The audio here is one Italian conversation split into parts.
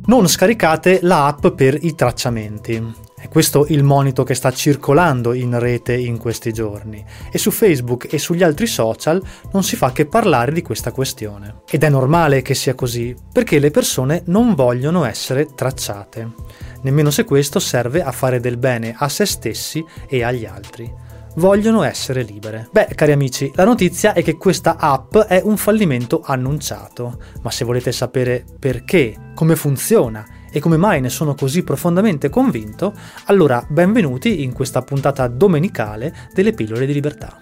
Non scaricate la app per i tracciamenti. È questo il monito che sta circolando in rete in questi giorni e su Facebook e sugli altri social non si fa che parlare di questa questione. Ed è normale che sia così, perché le persone non vogliono essere tracciate, nemmeno se questo serve a fare del bene a se stessi e agli altri. Vogliono essere libere. Beh, cari amici, la notizia è che questa app è un fallimento annunciato, ma se volete sapere perché, come funziona e come mai ne sono così profondamente convinto, allora benvenuti in questa puntata domenicale delle Pillole di Libertà.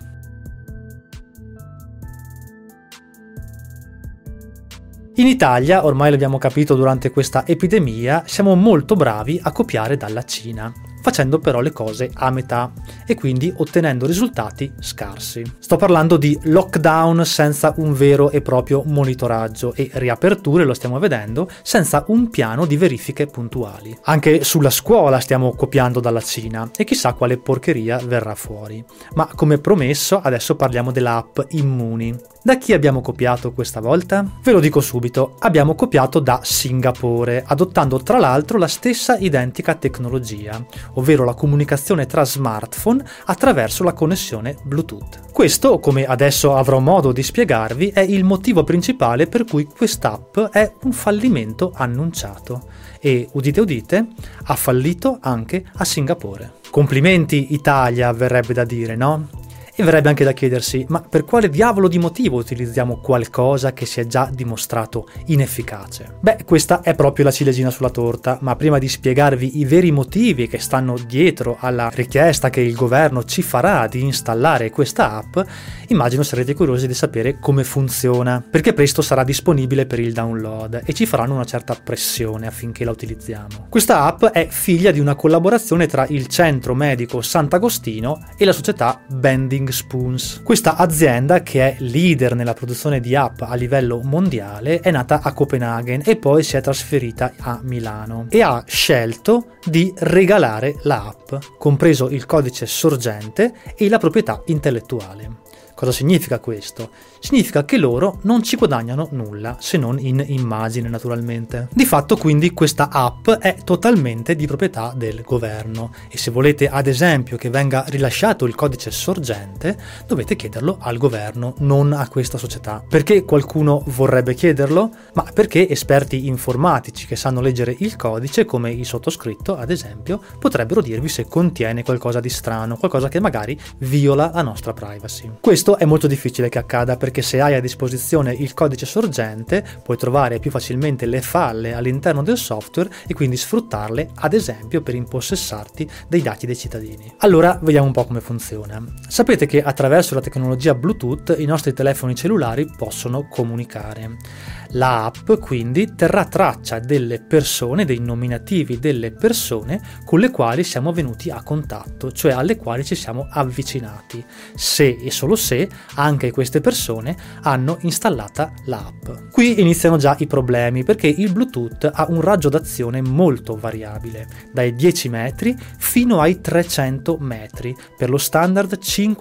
In Italia, ormai l'abbiamo capito durante questa epidemia, siamo molto bravi a copiare dalla Cina, facendo però le cose a metà e quindi ottenendo risultati scarsi. Sto parlando di lockdown senza un vero e proprio monitoraggio e riaperture, lo stiamo vedendo, senza un piano di verifiche puntuali. Anche sulla scuola stiamo copiando dalla Cina e chissà quale porcheria verrà fuori. Ma come promesso, adesso parliamo dell'app Immuni. Da chi abbiamo copiato questa volta? Ve lo dico subito, abbiamo copiato da Singapore, adottando tra l'altro la stessa identica tecnologia, ovvero la comunicazione tra smartphone attraverso la connessione Bluetooth. Questo, come adesso avrò modo di spiegarvi, è il motivo principale per cui quest'app è un fallimento annunciato e, udite udite, ha fallito anche a Singapore. Complimenti Italia, verrebbe da dire, no? E verrebbe anche da chiedersi, ma per quale diavolo di motivo utilizziamo qualcosa che si è già dimostrato inefficace? Beh, questa è proprio la ciliegina sulla torta, ma prima di spiegarvi i veri motivi che stanno dietro alla richiesta che il governo ci farà di installare questa app, immagino sarete curiosi di sapere come funziona, perché presto sarà disponibile per il download e ci faranno una certa pressione affinché la utilizziamo. Questa app è figlia di una collaborazione tra il Centro Medico Sant'Agostino e la società Bending Spoons. Questa azienda, che è leader nella produzione di app a livello mondiale, è nata a Copenaghen e poi si è trasferita a Milano e ha scelto di regalare la app, compreso il codice sorgente e la proprietà intellettuale. Cosa significa questo? Significa che loro non ci guadagnano nulla, se non in immagine naturalmente. Di fatto quindi questa app è totalmente di proprietà del governo e se volete ad esempio che venga rilasciato il codice sorgente dovete chiederlo al governo, non a questa società. Perché qualcuno vorrebbe chiederlo? Ma perché esperti informatici che sanno leggere il codice, come il sottoscritto ad esempio, potrebbero dirvi se contiene qualcosa di strano, qualcosa che magari viola la nostra privacy. Questo è molto difficile che accada perché se hai a disposizione il codice sorgente puoi trovare più facilmente le falle all'interno del software e quindi sfruttarle ad esempio per impossessarti dei dati dei cittadini. Allora vediamo un po' come funziona. Sapete che attraverso la tecnologia Bluetooth i nostri telefoni cellulari possono comunicare. La app quindi terrà traccia delle persone, dei nominativi delle persone con le quali siamo venuti a contatto, cioè alle quali ci siamo avvicinati, se e solo se anche queste persone hanno installata l'app. Qui iniziano già i problemi perché il Bluetooth ha un raggio d'azione molto variabile, dai 10 metri fino ai 300 metri per lo standard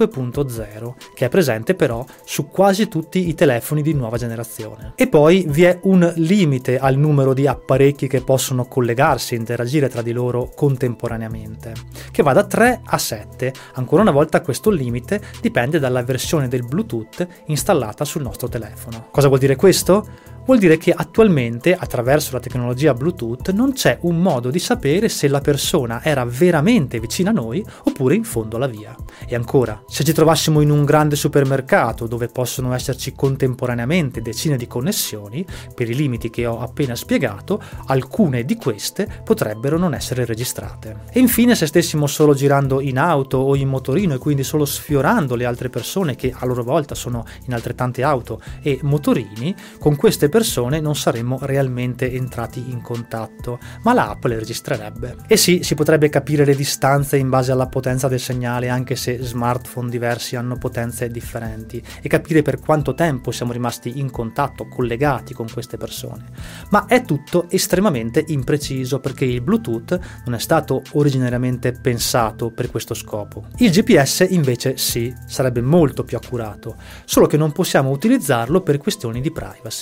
5.0, che è presente però su quasi tutti i telefoni di nuova generazione. E poi vi è un limite al numero di apparecchi che possono collegarsi e interagire tra di loro contemporaneamente, che va da 3 a 7. Ancora una volta questo limite dipende dalla versione del Bluetooth installata sul nostro telefono. Cosa vuol dire questo? Vuol dire che attualmente, attraverso la tecnologia Bluetooth, non c'è un modo di sapere se la persona era veramente vicina a noi oppure in fondo alla via. E ancora, se ci trovassimo in un grande supermercato dove possono esserci contemporaneamente decine di connessioni, per i limiti che ho appena spiegato, alcune di queste potrebbero non essere registrate. E infine, se stessimo solo girando in auto o in motorino e quindi solo sfiorando le altre persone che a loro volta sono in altrettante auto e motorini, con queste persone non saremmo realmente entrati in contatto, ma l'app le registrerebbe. E sì, si potrebbe capire le distanze in base alla potenza del segnale, anche se smartphone diversi hanno potenze differenti, e capire per quanto tempo siamo rimasti in contatto, collegati con queste persone. Ma è tutto estremamente impreciso perché il Bluetooth non è stato originariamente pensato per questo scopo. Il GPS invece sì, sarebbe molto più accurato, solo che non possiamo utilizzarlo per questioni di privacy. Direttamente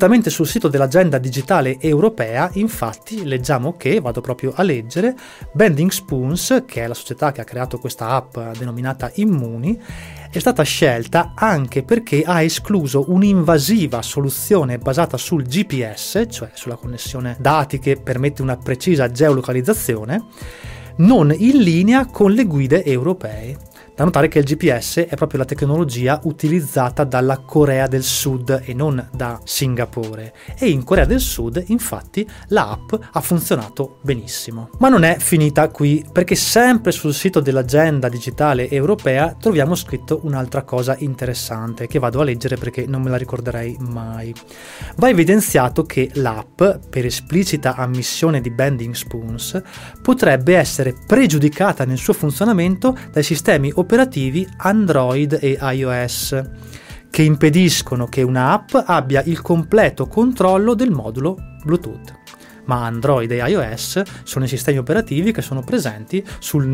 Direttamente sul sito dell'Agenda Digitale Europea, infatti, leggiamo che, vado proprio a leggere, Bending Spoons, che è la società che ha creato questa app denominata Immuni, è stata scelta anche perché ha escluso un'invasiva soluzione basata sul GPS, cioè sulla connessione dati che permette una precisa geolocalizzazione, non in linea con le guide europee. Da notare che il GPS è proprio la tecnologia utilizzata dalla Corea del Sud e non da Singapore, e in Corea del Sud infatti l'app ha funzionato benissimo. Ma non è finita qui, perché sempre sul sito dell'Agenda Digitale Europea troviamo scritto un'altra cosa interessante che vado a leggere perché non me la ricorderei mai. Va evidenziato che l'app, per esplicita ammissione di Bending Spoons, potrebbe essere pregiudicata nel suo funzionamento dai sistemi operativi Android e iOS, che impediscono che una app abbia il completo controllo del modulo Bluetooth. Ma Android e iOS sono i sistemi operativi che sono presenti sul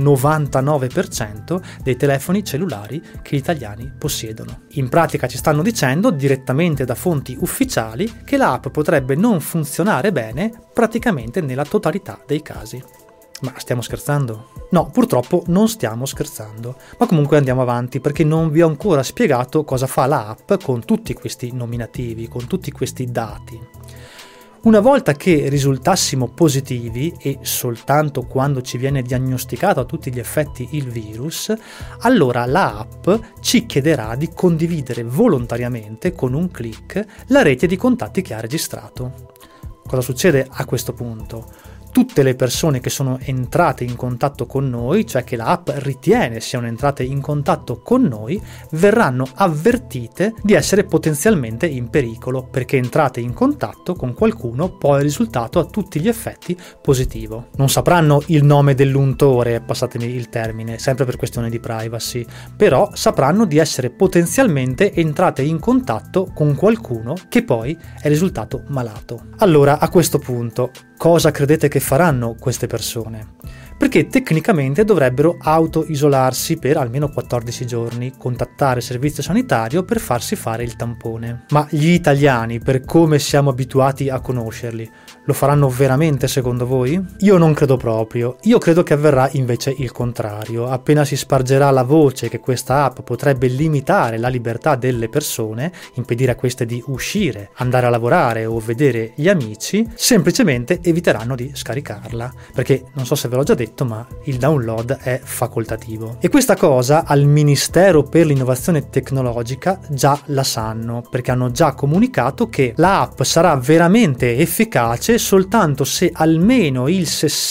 99% dei telefoni cellulari che gli italiani possiedono. In pratica ci stanno dicendo direttamente da fonti ufficiali che l'app potrebbe non funzionare bene praticamente nella totalità dei casi. Ma stiamo scherzando? No, purtroppo non stiamo scherzando. Ma comunque andiamo avanti perché non vi ho ancora spiegato cosa fa l'app con tutti questi nominativi, con tutti questi dati. Una volta che risultassimo positivi, e soltanto quando ci viene diagnosticato a tutti gli effetti il virus, allora la app ci chiederà di condividere volontariamente con un click la rete di contatti che ha registrato. Cosa succede a questo punto? Tutte le persone che sono entrate in contatto con noi, cioè che l'app ritiene siano entrate in contatto con noi, verranno avvertite di essere potenzialmente in pericolo, perché entrate in contatto con qualcuno poi è risultato a tutti gli effetti positivo. Non sapranno il nome dell'untore, passatemi il termine, sempre per questione di privacy, però sapranno di essere potenzialmente entrate in contatto con qualcuno che poi è risultato malato. Allora, a questo punto, cosa credete che faranno queste persone? Perché tecnicamente dovrebbero auto-isolarsi per almeno 14 giorni, contattare il servizio sanitario per farsi fare il tampone. Ma gli italiani, per come siamo abituati a conoscerli, lo faranno veramente secondo voi? Io non credo proprio. Io credo che avverrà invece il contrario. Appena si spargerà la voce che questa app potrebbe limitare la libertà delle persone, impedire a queste di uscire, andare a lavorare o vedere gli amici, semplicemente eviteranno di scaricarla. Perché, non so se ve l'ho già detto, ma il download è facoltativo. E questa cosa al Ministero per l'Innovazione Tecnologica già la sanno, perché hanno già comunicato che la app sarà veramente efficace soltanto se almeno il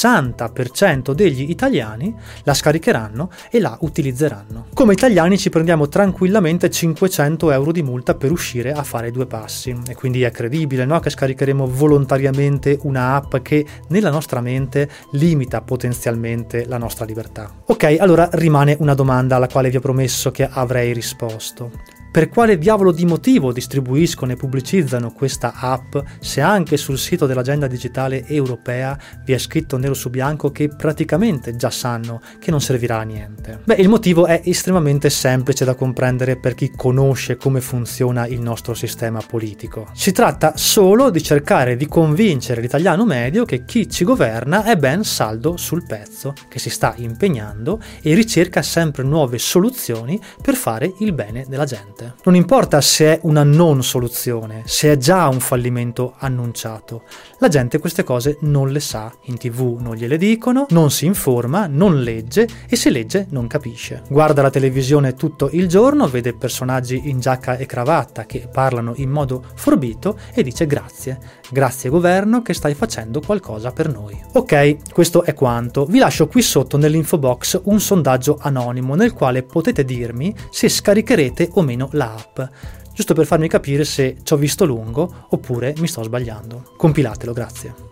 60% degli italiani la scaricheranno e la utilizzeranno. Come italiani ci prendiamo tranquillamente 500 euro di multa per uscire a fare 2 passi, e quindi è credibile, no, che scaricheremo volontariamente una app che nella nostra mente limita potenzialmente la nostra libertà. Ok, allora rimane una domanda alla quale vi ho promesso che avrei risposto. Per quale diavolo di motivo distribuiscono e pubblicizzano questa app se anche sul sito dell'Agenda Digitale Europea vi è scritto nero su bianco che praticamente già sanno che non servirà a niente? Beh, il motivo è estremamente semplice da comprendere per chi conosce come funziona il nostro sistema politico. Si tratta solo di cercare di convincere l'italiano medio che chi ci governa è ben saldo sul pezzo, che si sta impegnando e ricerca sempre nuove soluzioni per fare il bene della gente. Non importa se è una non soluzione, se è già un fallimento annunciato. La gente queste cose non le sa, in TV non gliele dicono, non si informa, non legge e se legge non capisce. Guarda la televisione tutto il giorno, vede personaggi in giacca e cravatta che parlano in modo forbito e dice grazie governo che stai facendo qualcosa per noi. Ok, questo è quanto. Vi lascio qui sotto nell'info box un sondaggio anonimo nel quale potete dirmi se scaricherete o meno la app, giusto per farmi capire se ci ho visto lungo oppure mi sto sbagliando. Compilatelo, grazie.